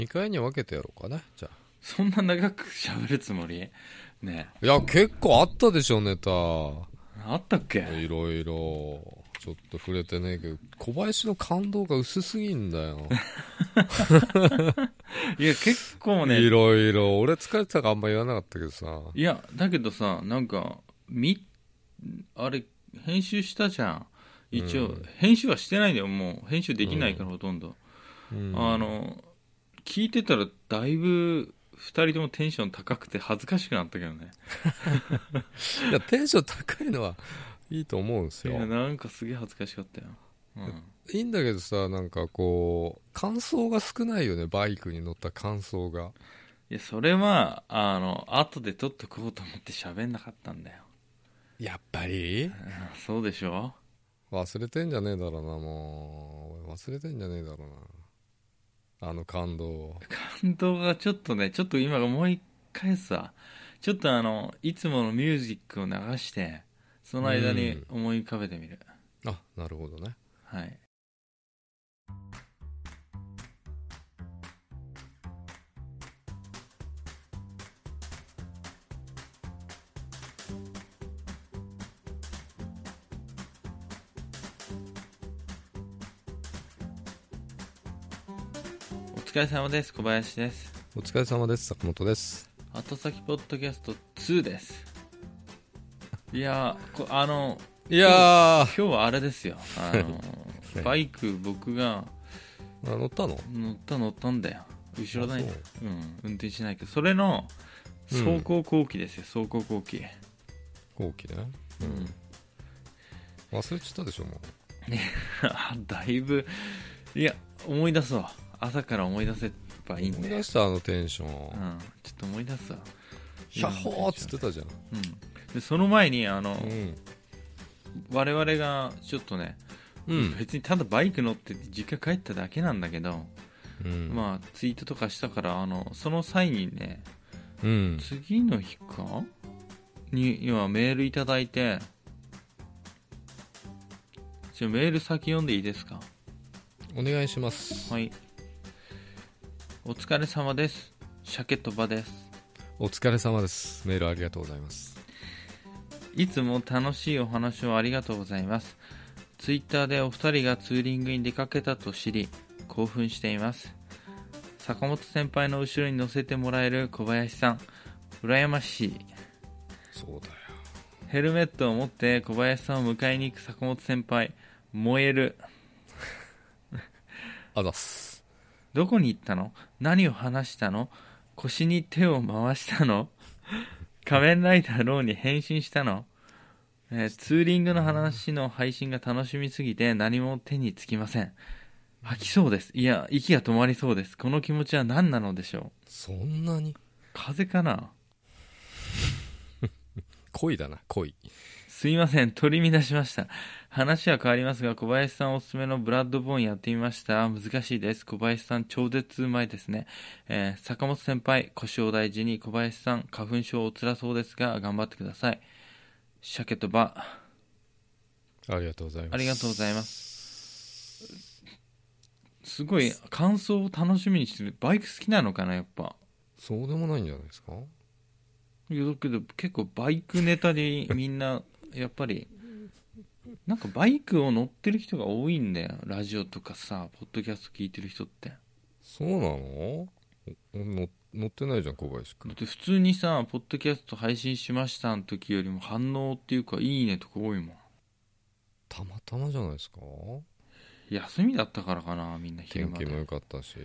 2回に分けてやろうかね、じゃあ。 そんな長く喋るつもりね。 いや、結構あったでしょ、ネタ。 あったっけ？ いろいろ。ちょっと触れてねえけど、小林の感動が薄すぎんだよ。 いや、結構ね。 いろいろ。俺疲れてたからあんま言わなかったけどさ。 いや、だけどさ、なんか、あれ、編集したじゃん。一応、編集はしてないんだよ、もう。編集できないから、ほとんど。聞いてたら、だいぶ、二人ともテンション高くて恥ずかしくなったけどね。 いや、テンション高いのはいいと思うんですよ。 いや、なんかすげえ恥ずかしかったよ。 いいんだけどさ、なんかこう、感想が少ないよね、バイクに乗った感想が。 いや、それは、後で撮っとこうと思って喋んなかったんだよ。 やっぱりそうでしょ？ 忘れてんじゃねえだろうな、もう。忘れてんじゃねえだろうな。あの感動を。 感動がちょっとね、ちょっと今思い返すわ。ちょっといつものミュージックを流して、その間に思い浮かべてみる。 あ、なるほどね。 はい。お疲れ様です。小林です。 お疲れ様です。坂本です。 後先ポッドキャスト2です。いやー、 いや今日はあれですよ。バイク僕が乗ったの？ 乗ったんだよ。後ろだね。運転しないけど、それの走行後期ですよ、走行後期。 後期ね。忘れちゃったでしょ、もう。 だいぶ、いや、思い出そう。朝から思い出せばいいんで。 思い出した、あのテンション。 ちょっと思い出すわ。 ヒャッホーっつってたじゃん。 でその前に我々がちょっとね、別にただバイク乗って実家帰っただけなんだけど、まあツイートとかしたから、その際にね、次の日かに今メールいただいて、メール先読んでいいですか？ お願いします。 はい。お疲れ様です。鮭とばです。 お疲れ様です。メールありがとうございます。 いつも楽しいお話をありがとうございます。ツイッターでお二人がツーリングに出かけたと知り興奮しています。坂本先輩の後ろに乗せてもらえる小林さん、羨ましい。 そうだよ。 ヘルメットを持って小林さんを迎えに行く坂本先輩、燃える。 あざっす。 どこに行ったの？何を話したの？腰に手を回したの？仮面ライダーローに変身したの？ツーリングの話の配信が楽しみすぎて何も手につきません。吐きそうです。いや、息が止まりそうです。この気持ちは何なのでしょう？ そんなに？ 風邪かな？ 恋だな、恋。 すいません、取り乱しました。話は変わりますが、小林さんおすすめのブラッドボーンやってみました。難しいです。小林さん超絶うまいですね。坂本先輩、腰を大事に。小林さん、花粉症お辛そうですが、頑張ってください。鮭とば。 ありがとうございます。 ありがとうございます。すごい感想を楽しみにしてる。バイク好きなのかな、やっぱ。 そうでもないんじゃないですか。 いやだけど結構バイクネタでみんなやっぱりなんかバイクを乗ってる人が多いんだよ。ラジオとかさ、ポッドキャスト聞いてる人って。 そうなの？乗ってないじゃん、小林君。 だって普通にさ、ポッドキャスト配信しましたの時よりも反応っていうか、いいねとか多いもん。 たまたまじゃないですか。 休みだったからかな、みんな昼間で。 天気も良かったし。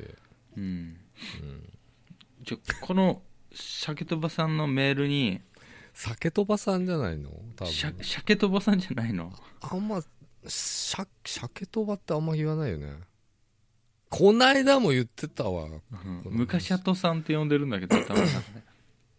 じゃ、この鮭とばさんのメールに、 酒とばさんじゃないの？多分。 鮭とばさんじゃないの？ あんま、鮭とばってあんま言わないよね。こないだも言ってたわ。 昔はとさんって呼んでるんだけど、頭の中で。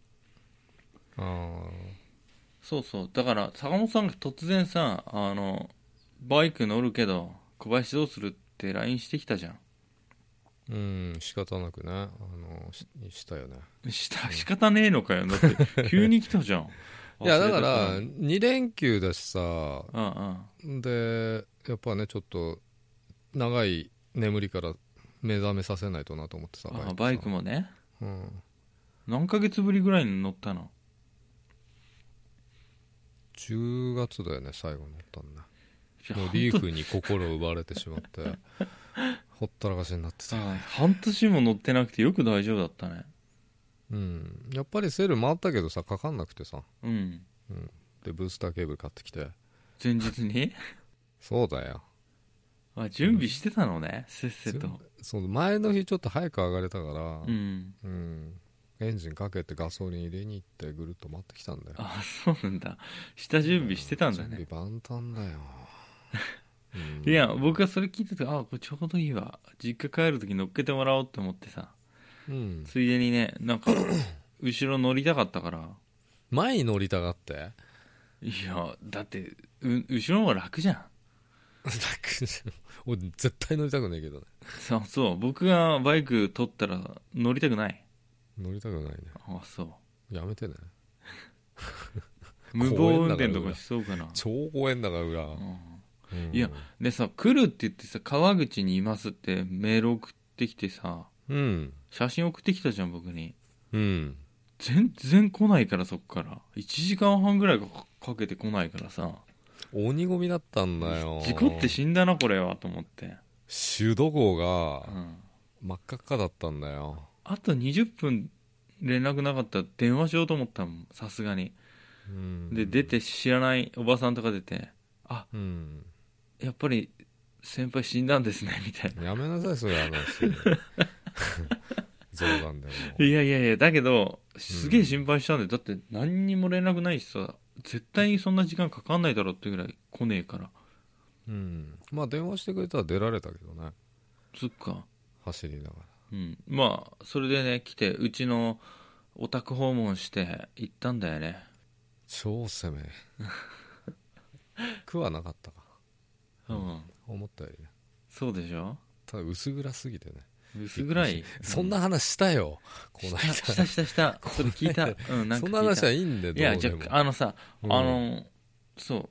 そうそう。だから、坂本さんが突然さ、バイク乗るけど、小林どうするって LINE してきたじゃん。 仕方なくね。したよね。 仕方ねえのかよ。だって、急に来たじゃん。 いや、だから、2連休だしさ、 で、 やっぱね、ちょっと、長い眠りから目覚めさせないとなと思ってさ、 バイクもね。 うん、 何ヶ月ぶりぐらいに乗ったの 10月だよね最後乗ったんだ。 いやもうリーフに心を奪われてしまってほったらかしになってた。 半年も乗ってなくてよく大丈夫だったね。 うん、やっぱりセール回ったけどさかかんなくてさ、 うん、 うん、でブースターケーブル買ってきて。 前日にそうだよ。 準備してたのね、せっせと。 その前の日ちょっと早く上がれたから、 うんうん、エンジンかけてガソリン入れに行ってぐるっと待ってきたんだよ。 そうなんだ。下準備してたんだね。 準備万端だよ、 いや僕はそれ聞いてて、これちょうどいいわ、実家帰るとき乗っけてもらおうって思ってさ、 うん、 ついでにね、なんか後ろ乗りたかったから。 前に乗りたがって。 いやだって後ろの方が楽じゃん。 楽じゃん。俺絶対乗りたくないけどね。 そう僕がバイク取ったら乗りたくない。 乗りたくないね。 そうやめてね。 無謀運転とかしそうかな。 超公園だから裏、 いやでさ、来るって言ってさ、川口にいますってメール送ってきてさ、 うん、 写真送ってきたじゃん僕に。 うん、 全然来ないから、そっから1時間半ぐらいかけて来ないからさ、 鬼ゴミだったんだよ。 事故って死んだなこれはと思って。 首都高がうん真っ赤っかだったんだよ。 あと20分連絡なかったら電話しようと思ったもん、さすがに。 うん、 で出て、知らないおばさんとか出て、 うん、 やっぱり先輩死んだんですねみたいな。 やめなさいそういう話。冗談でも。 いやいやいや、だけどすげえ心配したんで、だって何にも連絡ないしさ、絶対にそんな時間かかんないだろってぐらい来ねえから。 うん、まあ電話してくれたら出られたけどね、 そっか。 走りながら。 まあそれでね来て、うちのお宅訪問して行ったんだよね。 超攻め苦はなかったか。思ったよりね。 そうでしょ。 ただ薄暗すぎてね。 薄暗い。 そんな話したよ、この間。 したそれ聞いた。なんか聞いた。 そんな話はいいんだよ。 いやどうでも。 さ、 うん、 そう、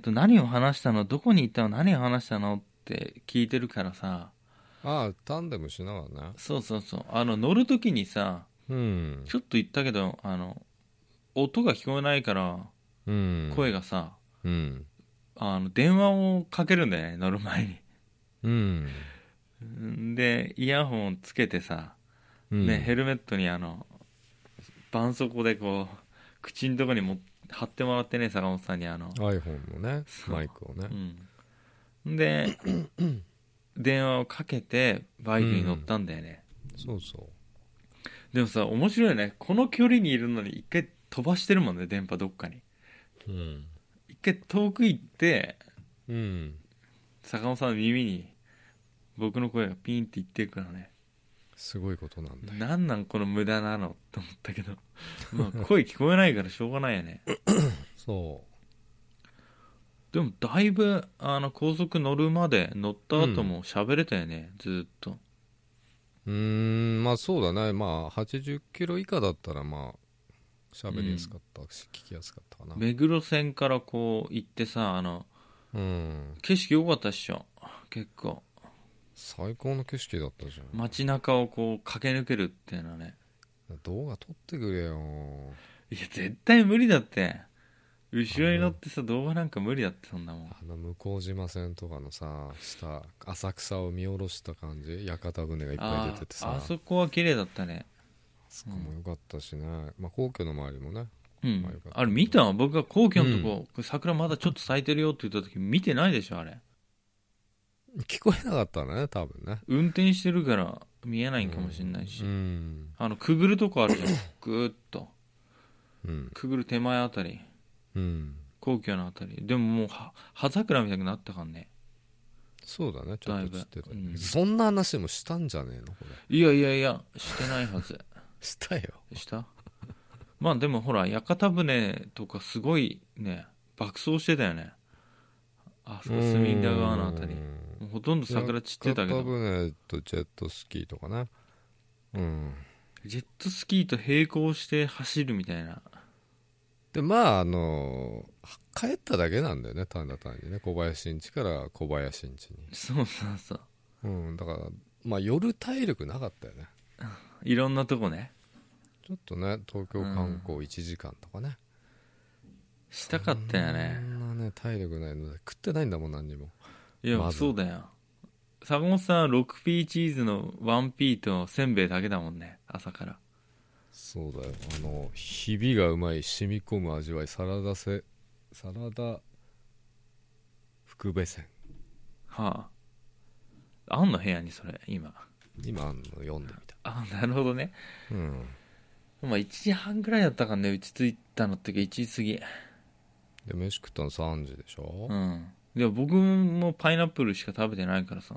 何を話したの、どこに行ったの、何を話したのって聞いてるからさ。 ああ、タンデムしながらね。 そう乗るときにさ、 うん、 ちょっと言ったけど、音が聞こえないから、 うん、 声がさ、 うん、 電話をかけるんだよね、乗る前に。 うん、 でイヤホンつけてさ、 うん、 ね、ヘルメットに絆創膏でこう口のとこに貼ってもらってね、坂本さんに iPhone のねマイクをね、 で電話をかけてバイクに乗ったんだよね、 そうそでもさ面白いね、この距離にいるのに一回飛ばしてるもんね、電波どっかに。 う。うん、 一回遠く行って、 うん、 坂本さんの耳に僕の声がピンって言ってるからね。 すごいことなんだよ。 なんこの無駄なのと思ったけどまあ声聞こえないからしょうがないよね。 そでもだいぶ高速乗るまで、乗った後も喋れたよね、ずっと。 まあそうだね。まあ80キロ以下だったらまあ喋りやすかったし、聞きやすかったかな。 目黒線からこう行ってさ、景色良かったっしょ、結構。 最高の景色だったじゃん。 街中をこう駆け抜けるっていうのはね。 動画撮ってくれよ。 いや絶対無理だって、後ろに乗ってさ動画なんか無理だって、そんなもん。 向島線とかのさ、下浅草を見下ろした感じ、屋形船がいっぱい出ててさ、 あそこは綺麗だったね。 そこも良かったしね、まあ皇居の周りもね、まあ良かった。 あれ見た？僕が皇居のとこ、桜まだちょっと咲いてるよって言った時見てないでしょあれ。 聞こえなかったね多分ね。 運転してるから見えないんかもしれないし、くぐるとこあるじゃんぐーっと、くぐる手前あたり、皇居のあたりでももう葉桜みたいになったからね。 そうだね、ちょっと散ってた、 そんな話もしたんじゃねえのこれ。 いやしてないはずしたよ。 したまあでもほら屋形船とかすごいね爆走してたよね、あそこ隅田川のあたり。ほとんど桜散ってたけど、 屋形船とジェットスキーとかね、 ジェットスキーと並行して走るみたいな。 でまあ帰っただけなんだよね、ただ単にね、小林ん家から小林ん家に。 そう、 だからまあ夜体力なかったよね。 いろんなとこねちょっとね東京観光1時間とかね、 したかったよね。 そんなね体力ないので食ってないんだもん何にも。 いや、 まずそうだよ。坂本さんは 6P チーズの 1P とせんべいだけだもんね、朝から。 そうだよ、ひびがうまい染み込む味わいサラダ福部線。 はあ。あんの部屋にそれ、今。 今あんの読んでみた。 あ、なるほどね。 うん。 まあ1時半ぐらいだったからね、うち着いたのってか1時過ぎ。 で飯食ったの3時でしょ。 うん。でも僕もパイナップルしか食べてないからさ。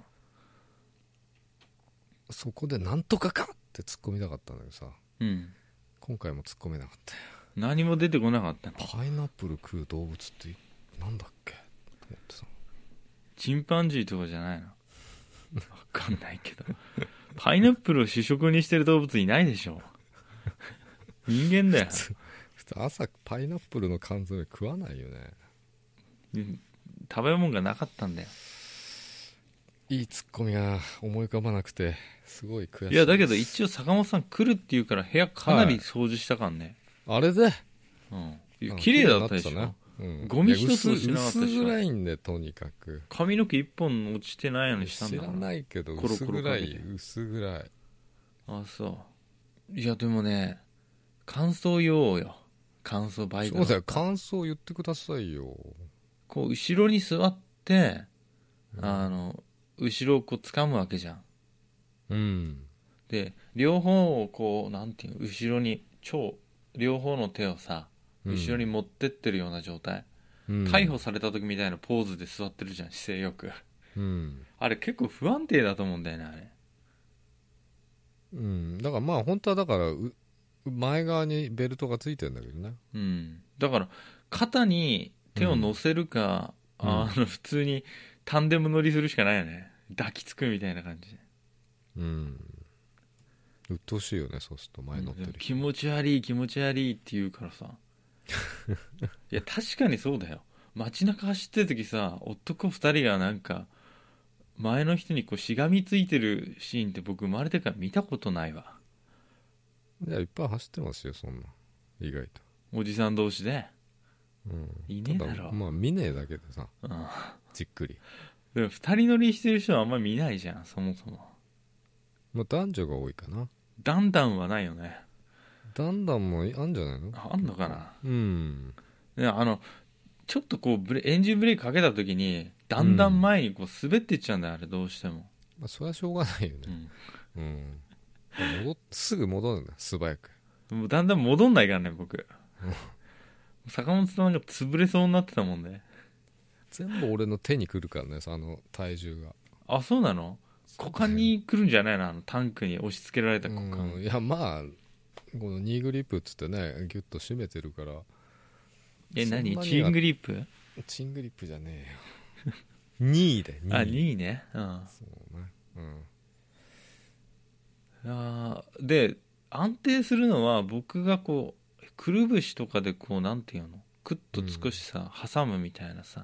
そこでなんとかかって突っ込みたかったんだけどさ、 うん。 今回も突っ込めなかったよ。 何も出てこなかったの。 パイナップル食う動物ってなんだっけと思ってさ。 チンパンジーとかじゃないの。わかんないけど。パイナップルを主食にしてる動物いないでしょ。人間だよ。 普通朝パイナップルの缶詰食わないよね。 食べ物がなかったんだよ。 いいツッコミが思い浮かばなくてすごい悔しいです。 いやだけど一応坂本さん来るっていうから部屋かなり掃除したからね、 あれでいや綺麗だったでしょ、 ね、うん、 ゴミ一つもしなかったでしょ。 薄暗いんでとにかく髪の毛一本落ちてないようにしたんだから。 知らないけどコロ薄コロかけて薄暗い。 あ、そういやでもね感想言おうよ。感想バイクそうだよ、感想言ってくださいよ。 こう後ろに座って後ろをこう掴むわけじゃん。 うんで両方をこうなんていうの後ろに両方の手をさ後ろに持ってってるような状態、逮捕された時みたいなポーズで座ってるじゃん、姿勢よく。あれ結構不安定だと思うんだよね、あれ。 だからまあ本当はだから前側にベルトがついてるんだけどね。 だから肩に手を乗せるか、普通にタンデム乗りするしかないよね、抱きつくみたいな感じで。 うっとうしいよね、そうすると前乗ってる、 気持ち悪い気持ち悪いって言うからさいや確かにそうだよ。街中走ってる時さ男2人がなんか前の人にこうしがみついてるシーンって僕生まれてから見たことないわ。 いやいっぱい走ってますよそんな、意外と。 おじさん同士で、いねえだろ。 ただまあ見ねえだけでさ、じっくり。 でも2人乗りしてる人はあんまり見ないじゃん、そもそも。 まあ男女が多いかな。 ダンダンはないよね。 ダンダンもあんじゃないの。 あんのかな。でちょっとこうエンジンブレーキかけた時にだんだん前にこう滑ってっちゃうんだよ、あれどうしても。 まあそれはしょうがないよね。すぐ戻るんだ素早く。 もうだんだん戻んないからね僕坂本さんが潰れそうになってたもんね。 全部俺の手に来るからね、体重が。 あ、そうなの。股間に来るんじゃないの、タンクに押し付けられた股間。 いやまあこのニーグリップっつってねギュッと締めてるから。 何チングリップ。 チングリップじゃねえよ2位で2位。 あ、2位ね。 そうね。で安定するのは僕がこうくるぶしとかでこうなんていうのクッと少しさ、挟むみたいなさ、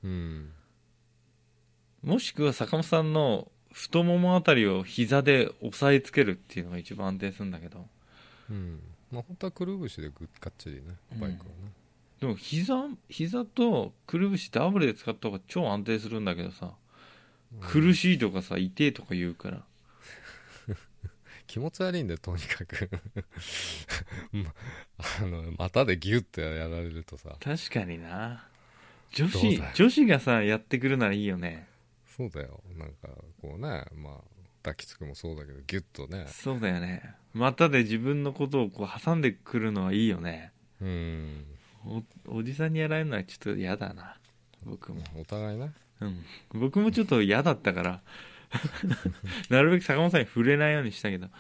もしくは坂本さんの太ももあたりを膝で押さえつけるっていうのが一番安定するんだけど、 まあ本当はくるぶしでがっちりねバイクはね、 でも膝とくるぶしダブルで使った方が超安定するんだけどさ、苦しいとかさ痛いとか言うから気持ち悪いんでとにかく股でギュッてやられるとさ。 確かにな。女子がさやってくるならいいよね。 そうだよ、なんかこうね、まあ抱きつくもそうだけどギュッとね。 そうだよね。股で自分のことをこう挟んでくるのはいいよね。おじさんにやられるのはちょっと嫌だな。僕もお互いね。 僕もちょっと嫌だったからなるべく坂本さんに触れないようにしたけど、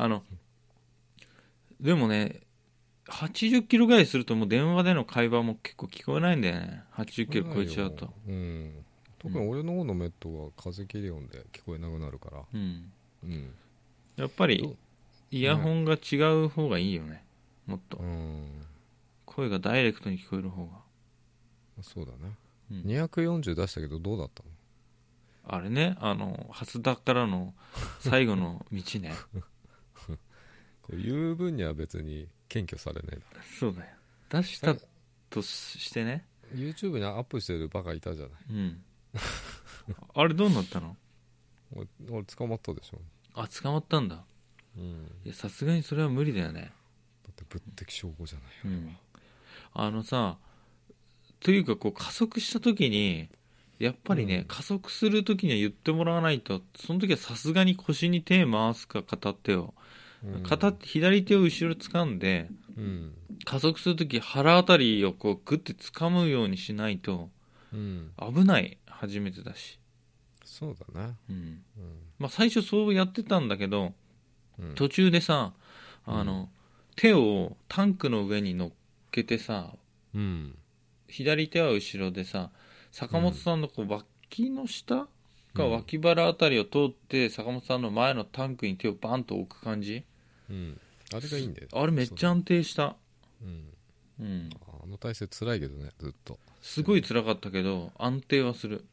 でもね80キロぐらいするともう電話での会話も結構聞こえないんだよね、80キロ超えちゃうと。 特に俺の方のメットは風切り音で聞こえなくなるから、 やっぱりイヤホンが違う方がいいよね、もっと、声がダイレクトに聞こえる方が。 そうだね、240出したけどどうだったの。 あれね、初田からの最後の道ね。 こういう分には別に検挙されないだろ。 そうだよ。出したとしてね。 YouTube にアップしてるバカいたじゃない。 うん。あれどうなったの？ 俺捕まったでしょ。 あ、捕まったんだ。 うん。 いや、さすがにそれは無理だよね。 だって物的証拠じゃないよ。 さ、というかこう加速した時にやっぱりね、加速する時には言ってもらわないと、その時はさすがに腰に手回すか片手を、左手を後ろ掴んで、加速する時腹あたりをこうグッて掴むようにしないと、危ない。初めてだし。 そうだな。 まあ最初そうやってたんだけど、途中でさ、手をタンクの上に乗っけてさ、左手は後ろでさ、坂本さんのこう脇の下か脇腹あたりを通って坂本さんの前のタンクに手をバンと置く感じ、 あれがいいんだよ。 あれめっちゃ安定した。 あの体勢辛いけどね、ずっと。 すごい辛かったけど安定はする。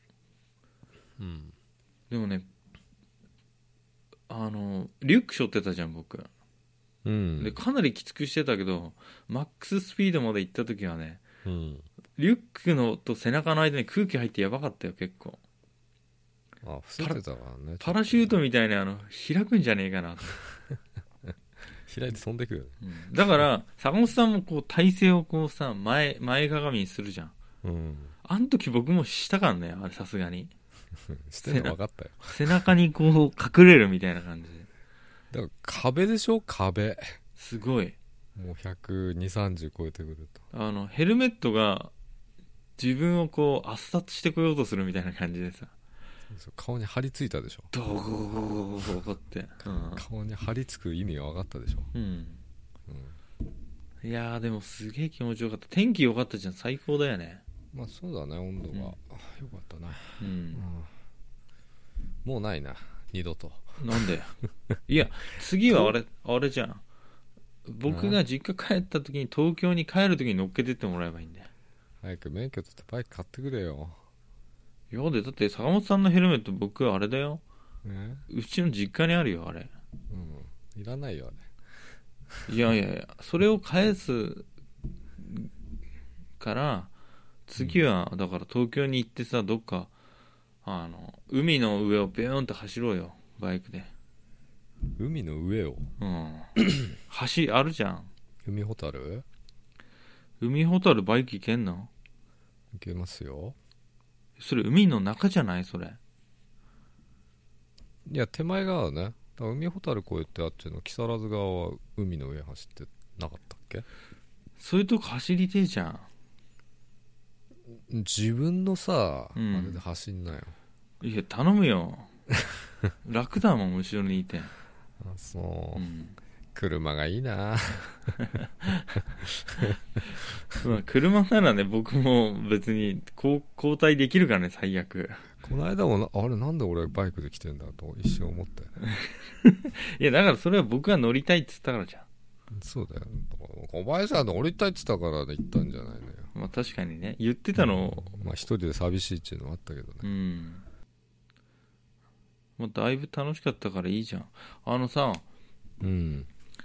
でもね、リュック背負ってたじゃん僕。でかなりきつくしてたけど、マックススピードまで行った時はね、リュックのと背中の間に空気入ってやばかったよ結構。 伏せてたからね。 パラシュートみたいに開くんじゃねえかな。 開いて飛んでくよね。 だから坂本さんもこう体勢をこうさ前かがみにするじゃん。あの時僕もしたからね、あれさすがに。 してんの分かったよ。 背中にこう隠れるみたいな感じで。 だから壁でしょ、壁。 すごい。 もう120、30超えてくると。 ヘルメットが自分をこう圧殺してこようとするみたいな感じでさ。 顔に張り付いたでしょ。 ドゴゴゴゴゴって、 顔に張り付く意味が分かったでしょ。 いやーでもすげえ気持ちよかった。天気良かったじゃん、最高だよね。 まあそうだね、温度が、よかったな。もうないな、二度と。 なんでいや次はあれじゃん。僕が実家帰った時に東京に帰る時に乗っけてってもらえばいいんだよ。 早く免許取ってバイク買ってくれよ。 いやで、だって坂本さんのヘルメット僕あれだよ、うちの実家にあるよあれ。 いらないよあれ。いやそれを返すから次はだから東京に行ってさ、どっか海の上をビューンって走ろうよバイクで。 海の上を橋あるじゃん。 海ホタルバイク行けんの？ 行けますよ。 それ海の中じゃないそれ。 いや手前側ね。だから海ホタル越えてあっちの木更津側は海の上走ってなかったっけ？ そういうとこ走りてえじゃん。 自分のさ、あれで走んなよ。 いや頼むよ楽だもん後ろにいて。 そう、車がいいなまあ車ならね、僕も別に交代できるからね、最悪。 この間もあれなんで俺バイクで来てんだと一瞬思ったよねいやだからそれは僕が乗りたいって言ったからじゃん。 そうだよ。小林さん乗りたいって言ったから行ったんじゃないのよ。 まあ確かにね、言ってたの、 まあ一人で寂しいっていうのもあったけどね。 まあだいぶ楽しかったからいいじゃん。さ、ツイ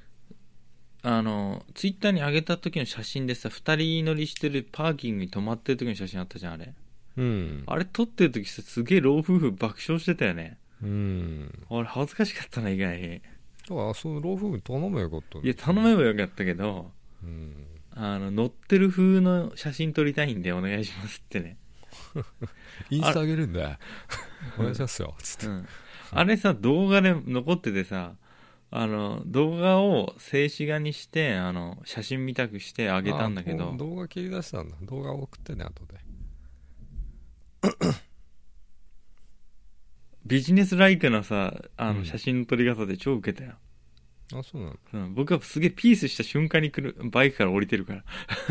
ッターに上げた時の写真でさ、2人乗りしてるパーキングに止まってる時の写真あったじゃん、あれ。あれ撮ってる時さ、すげえ老夫婦爆笑してたよね。あれ恥ずかしかったな、意外に。 だからその老夫婦に頼めばよかったんだ。 いや頼めばよかったけど、乗ってる風の写真撮りたいんでお願いしますってね。 インスタ上げるんだお願いしますよつって、 あれさ動画で残っててさ、動画を静止画にして写真見たくしてあげたんだけど、 動画切り出したんだ。動画送ってね後でビジネスライクなさ写真の撮り方で超ウケたよ。 あ、そうなの、 僕はすげえピースした瞬間にバイクから降りてるから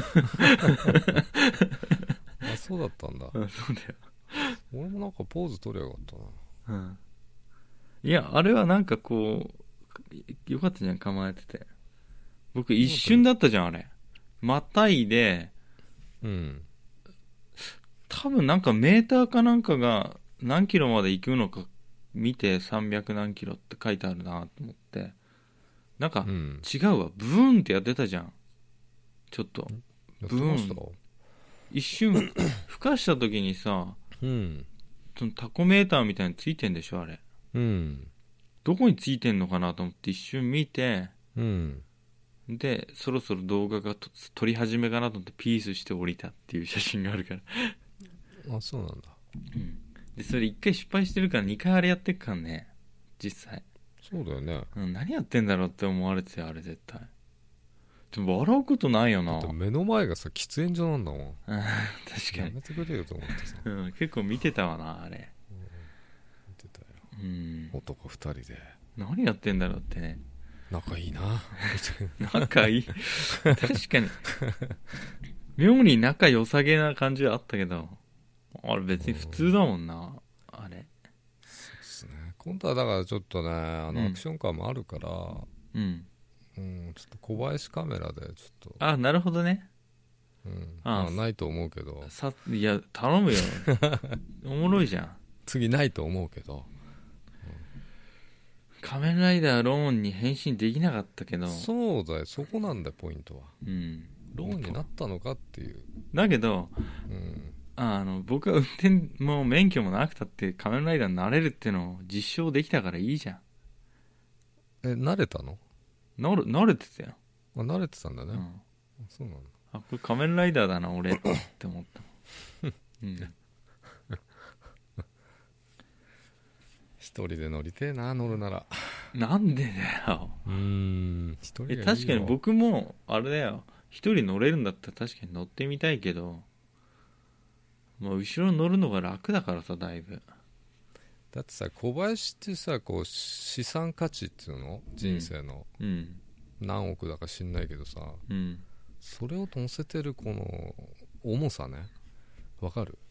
あ、そうだったんだ。 そうだよ。 俺もなんかポーズ取りゃよかったな。 いやあれはなんかこうよかったじゃん、構えてて。僕一瞬だったじゃんあれ。またいで、多分なんかメーターかなんかが何キロまで行くのか見て300何キロって書いてあるなと思って、なんかうん違うわ、ブーンってやってたじゃん。ちょっとやってました一瞬孵化した時にさ、 うんそのタコメーターみたいについてんでしょあれ。 うんどこについてんのかなと思って一瞬見て、 うんでそろそろ動画が撮り始めかなと思ってピースして降りたっていう写真があるから、 あそうなんだでそれ1回失敗してるから2回あれやってっからね実際、 そうだよね何やってんだろうって思われてたよあれ絶対。でも笑うことないよな。 だって目の前がさ喫煙所なんだもんうん確かやに、 めてくれよと思ってさ結構見てたわなあれ。 見てたようん男二人で何やってんだろうってね。 仲いいな仲いい確かに妙に仲良さげな感じはあったけど、あれ別に普通だもんなあれ。 そうですね今度はだからちょっとねうんアクションカーもあるからうんちょっと小林カメラでちょっとあなるほどね。あまあないと思うけどいや頼むよおもろいじゃん。 次ないと思うけど仮面ライダーローンに変身できなかったけど、 そうだよそこなんだよポイントはうんローンになったのかっていうだけど僕は運転も免許もなくたって仮面ライダーになれるっていうのを実証できたからいいじゃん。 慣れたの慣れてたよ、 慣れてたんだね、 うんそうなんだあこれ仮面ライダーだな俺って思ったもん、うん、 一人で乗りてえな乗るならなんでだよ。 一人がいいよ確かに僕もあれだよ、一人乗れるんだったら確かに乗ってみたいけど、まあ、後ろ乗るのが楽だからさだいぶ。 だってさ小林ってさこう資産価値っていうの人生のうん何億だか知んないけどさうんそれを乗せてるこの重さねわかる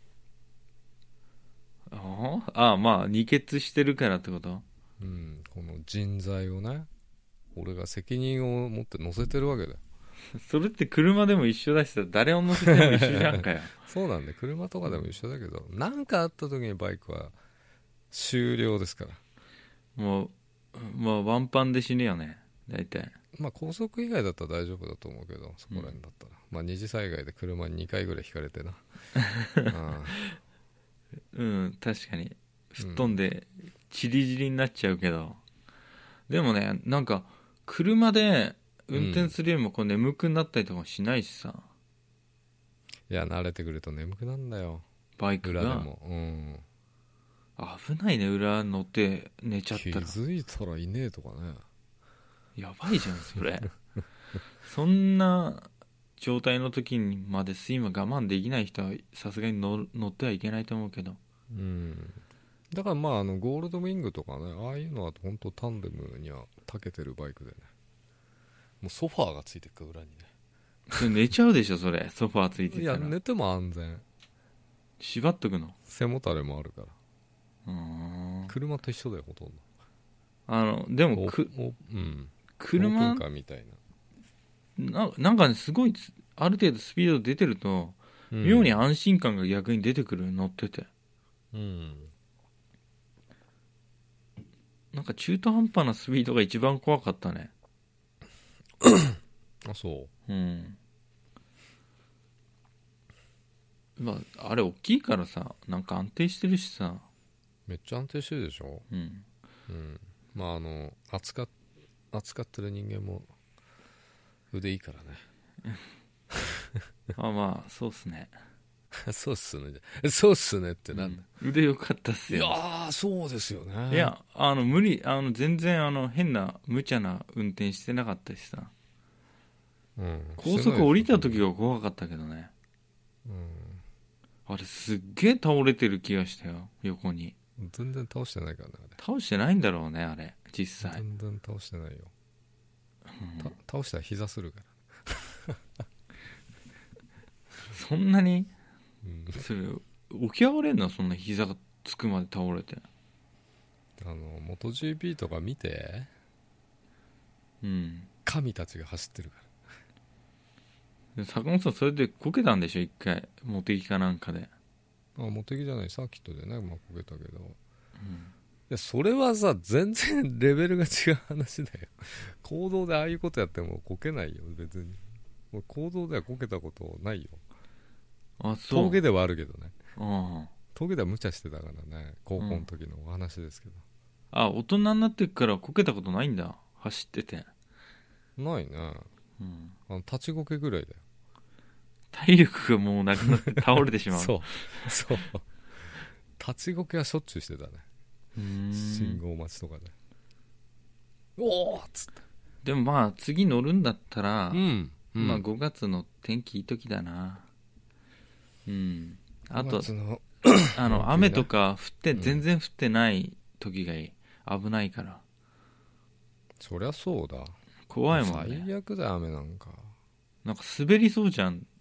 まあ二欠してるからってこと。 この人材をね俺が責任を持って乗せてるわけだよそれって車でも一緒だしさ、誰を乗せても一緒じゃんかよそうなんで車とかでも一緒だけど何かあった時にバイクは終了ですからもうワンパンで死ぬよね大体。 まあ高速以外だったら大丈夫だと思うけどそこら辺だったら、まあ二次災害で車に2回ぐらいひかれてな確かに吹っ飛んでチリチリになっちゃうけど、でもねなんか車で運転するよりもこう眠くなったりとかしないしさ、 いや慣れてくると眠くなんだよバイクが裏でも危ないね、裏乗って寝ちゃっ気たらづいたらいねえとかねやばいじゃんそれそんな状態の時にまで睡魔我慢できない人はさすがに乗ってはいけないと思うけど、 だからまあゴールドウィングとかねああいうのは本当タンデムには長けてるバイクでねもうソファーがついてるから裏にねそれ寝ちゃうでしょそれソファーついていたら。 や寝ても安全縛っとくの。 背もたれもあるから車と一緒だよほとんでもどオープ車ンカーみたいなんかねすごいある程度スピード出てると、 な、 妙に安心感が逆に出てくる乗ってて、なんか中途半端なスピードが一番怖かったね。 あそうまああれ大きいからさなんか安定してるしさ、 めっちゃ安定してるでしょまあ扱ってる人間も腕いいからねまあそうっすねそうっすねそうっすねってなんだ、 腕良かったっすいやよ。 ーそうですよねいや無理全然変な無茶な運転してなかったしさ、高速降りた時が怖かったけどね、あれすっげえ倒れてる気がしたよ横に。 全然倒してないからねあれ倒してないんだろうねあれ実際。 全然倒してないよ、倒したら膝するから、 そんなに、それ起き上がれんのそんな膝がつくまで倒れて。 モト GP とか見て神たちが走ってるから。 坂本さんそれでこけたんでしょ一回モテギかなんかで。 モテギじゃないサーキットでね、まあ、こけたけど、 うんいやそれはさ全然レベルが違う話だよ。行動でああいうことやってもこけないよ別に。もう行動ではこけたことないよ。 あ、そう。 峠ではあるけどね。 うん峠では無茶してたからね、高校の時のお話ですけど、 あ、大人になってからこけたことないんだ。走ってて。 ないね。 うん、 立ちこけぐらいだよ。 体力がもうなくなって倒れてしまう。 そうそう。立ちこけはしょっちゅうしてたね。信号待ちとかで。おーっつって。 でもまあ次乗るんだったら、 うんまあ5月の天気いい時だな。あと 5月の雨とか降ってうん全然降ってない時がいい。危ないから。 そりゃそうだ。 怖いもんね。 最悪だよ雨なんか。 なんか滑りそうじゃん。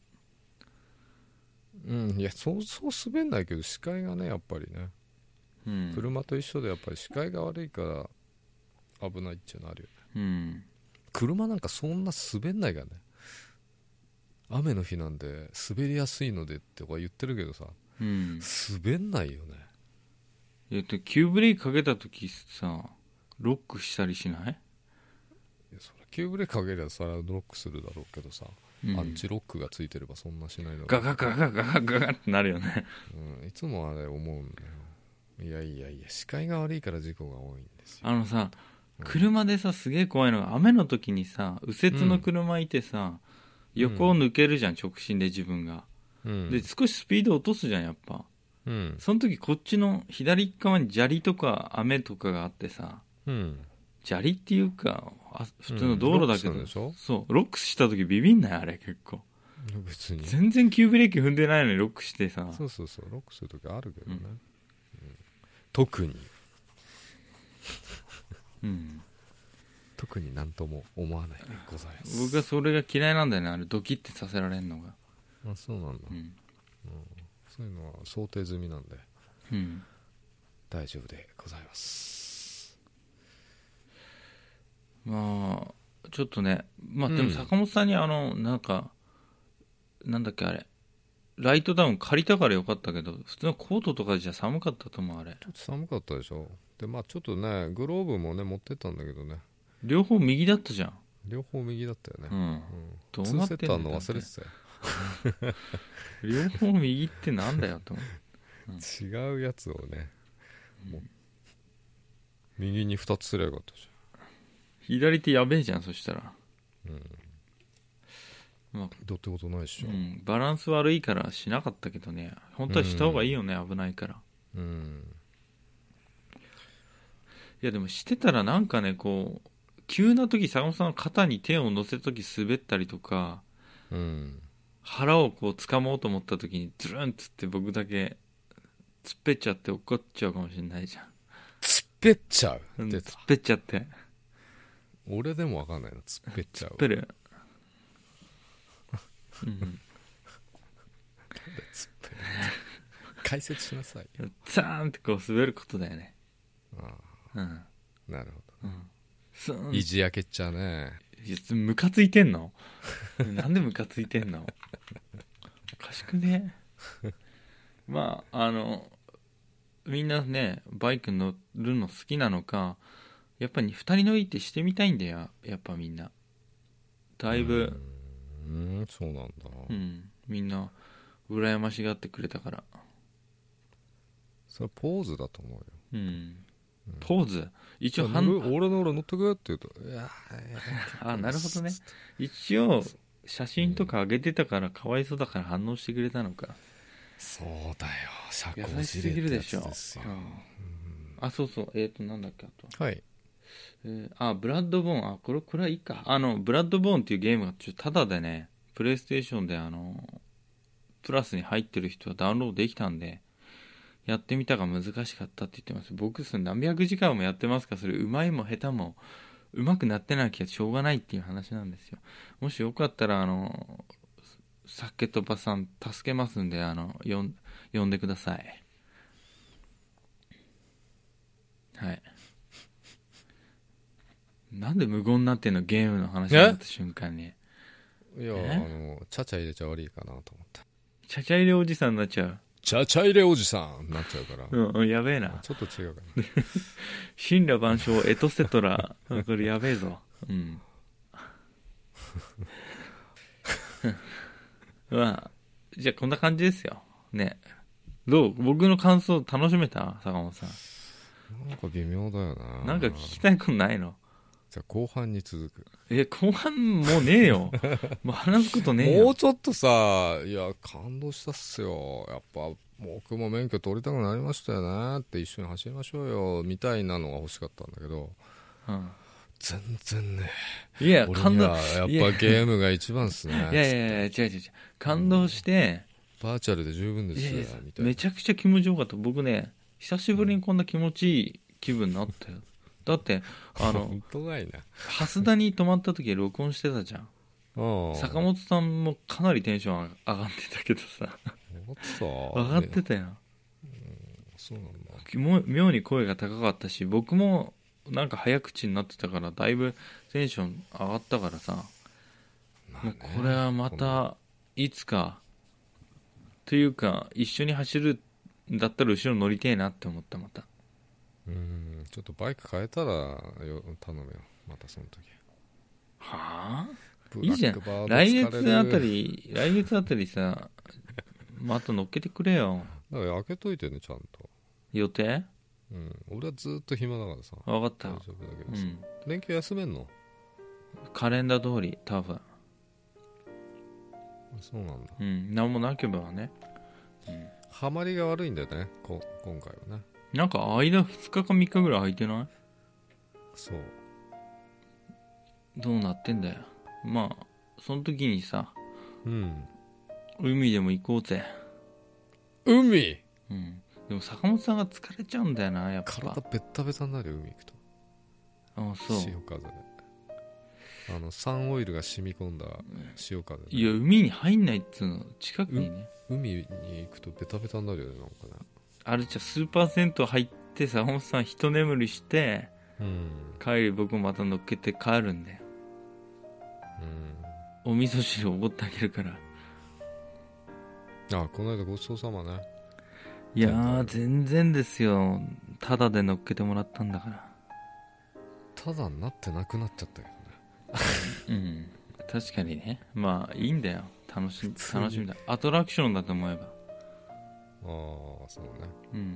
いやそう滑んないけど視界がねやっぱりね、車と一緒でやっぱり視界が悪いから危ないっていうのあるよね。車なんかそんな滑んないからね。雨の日なんで滑りやすいのでって言ってるけどさ、滑んないよね。 急ブレーキかけた時さ、ロックしたりしない？ いやそれ急ブレーキかけりゃそれはロックするだろうけどさ、アンチロックがついてればそんなしないだろう。 ガガガガガガガガってなるよね。 いつもあれ思うんだよ。いや視界が悪いから事故が多いんですよ。 車でさすげえ怖いのが、雨の時にさ右折の車いてさ、横を抜けるじゃん、直進で自分が、で少しスピード落とすじゃんやっぱ、その時こっちの左側に砂利とか雨とかがあってさ、砂利っていうか普通の道路だけど、そうロックした時ビビんないあれ結構。 別に全然急ブレーキ踏んでないのにロックしてさ。 そうロックする時あるけどね、特に特になんとも思わないでございます。 僕はそれが嫌いなんだよね、あれドキッてさせられるのが。 あ、そうなんだ、そういうのは想定済みなんで、大丈夫でございます。 まあちょっとね、まあでも坂本さんになんかなんだっけあれ、ライトダウン借りたからよかったけど、普通のコートとかじゃ寒かったと思うあれ。 ちょっと寒かったでしょ。でまあちょっとねグローブもね持ってったんだけどね、 両方右だったじゃん。 両方右だったよね。 どうなってんの。 2セットあるの忘れてたよ。 両方右ってなんだよと思う、違うやつをね、もう右に2つすればよかったじ左手やべえじゃんそしたら。まあ、 どうってことないでしょ、 バランス悪いからしなかったけどね、本当はした方がいいよね、危ないから。いやでもしてたらなんかね、こう急な時坂本さんの肩に手を乗せた時滑ったりとか、腹をこう掴もうと思った時にズルンっつって僕だけ突っぺっちゃって怒っちゃうかもしれないじゃん。 突っぺっちゃう、 突っぺっちゃって。 俺でも分かんないな、突っぺっちゃう。 突っぺる。 突っぺる解説しなさいよ。 ザーンってこう滑ることだよね。 なるほど、意地焼けっちゃね。 ムカついてんのなんでムカついてんのおかしくね。まあみんなねバイク乗るの好きなのか、やっぱり2人乗りってしてみたいんだよやっぱみんな。だいぶそうなんだ。 みんな羨ましがってくれたから。 それはポーズだと思うよ。 ポーズ一応俺の乗ってくれって言うと、いやなるほどね。一応写真とか上げてたからかわいそうだから反応してくれたのか。そうだよ、社交優しすぎるでしょ。そうそう、なんだっけあと。はい。ブラッドボーン、これはいいか。ブラッドボーンっていうゲームがタダでね、プレイステーションでプラスに入ってる人はダウンロードできたんで、やってみたが難しかったって言ってます。僕何百時間もやってますから、それうまいも下手もうまくなってなきゃしょうがないっていう話なんですよ。もしよかったら酒とばさん助けますんで呼んでください。はい。なんで無言になってんの、ゲームの話になった瞬間に。 いやちゃちゃ入れちゃ悪いかなと思って。 ちゃちゃ入れおじさんになっちゃう。 チャチャ入れおじさんになっちゃうから、 うん、やべえな。 ちょっと違うかな。 神羅万象エトセトラ、これやべえぞ。うん。まあ、じゃあこんな感じですよ。ね。どう？僕の感想楽しめた？坂本さん。 なんか微妙だよな。 なんか聞きたいことないの？ じゃあ後半に続く。 後半もうねえよ。もう話すことねえよ。 もうちょっとさ、いや、感動したっすよ。やっぱ、僕も免許取りたくなりましたよねって一緒に走りましょうよ、みたいなのが欲しかったんだけど、 うん、 全然ね。 いや、 俺にはやっぱゲームが一番っすね。 いや、違う。感動して、 バーチャルで十分ですよ、みたいな。 めちゃくちゃ気持ちよかった。僕ね、久しぶりにこんな気持ちいい気分になったよ。だって本当かいな。 蓮田に泊まった時録音してたじゃん。坂本さんもかなりテンション上がってたけどさ。上がってたよ、ね。 そうなんだ。 妙に声が高かったし、僕もなんか早口になってたからだいぶテンション上がったからさ、もうこれはまたいつかというか一緒に走るんだったら後ろ乗りてえなって思った。またちょっとバイク変えたら頼むよ、またその時。 はあ、いいじゃん。来月あたりさ、また乗っけてくれよ。 だから開けといてね、ちゃんと予定。 俺はずっと暇だからさ。 分かった。 大丈夫だけどさ、連休休めんの？ カレンダー通り多分。 そうなんだ。 何もなければね。 ハマりが悪いんだよね、今回はね。なんか間2日か3日ぐらい空いてない？ そう。 どうなってんだよ。まあその時にさ、海でも行こうぜ。 海？ でも坂本さんが疲れちゃうんだよな、やっぱ。 体ベッタベタになるよ、海行くと。 ああ、そう。 潮風で。サンオイルが染み込んだ潮風で。 いや、海に入んないっつうの。近くにね。 海に行くとベタベタになるよね、なんかね。 あれじゃスーパー銭湯入って坂本さん一眠りして、帰り僕もまた乗っけて帰るんだよ。お味噌汁おごってあげるから。 この間ごちそうさまね。 いやー、全然ですよ。タダで乗っけてもらったんだから。 タダになってなくなっちゃったけどね。 確かにね。まあいいんだよ。楽しみだ。アトラクションだと思えば。 そうね。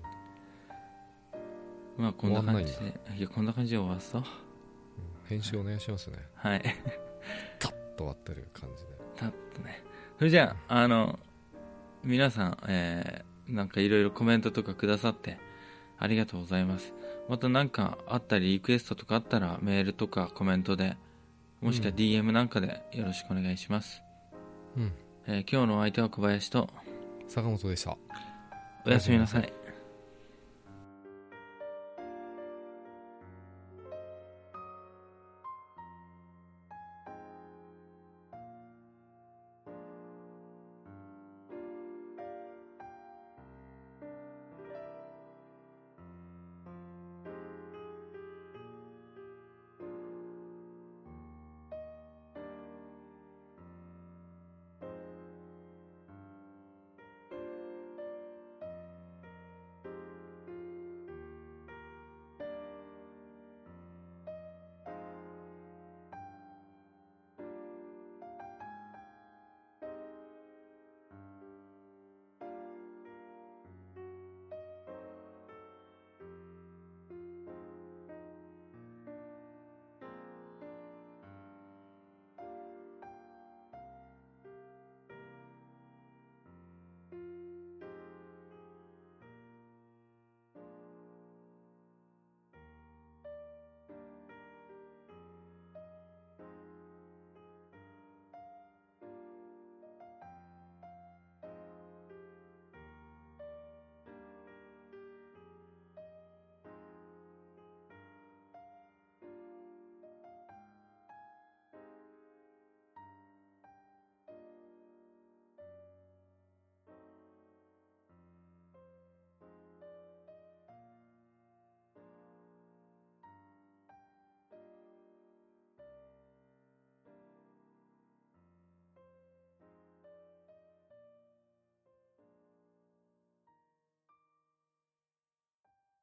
まあこんな感じで。いや、こんな感じで終わらすと。 編集お願いしますね。 はい。 カッと終わってる感じで。 カッとね。それじゃあ、皆さん、なんかいろいろコメントとかくださってありがとうございます。また何かあったりリクエストとかあったらメールとかコメントで、もしくは DM なんかでよろしくお願いします。今日のお相手は小林と坂本でした。 おやすみなさい。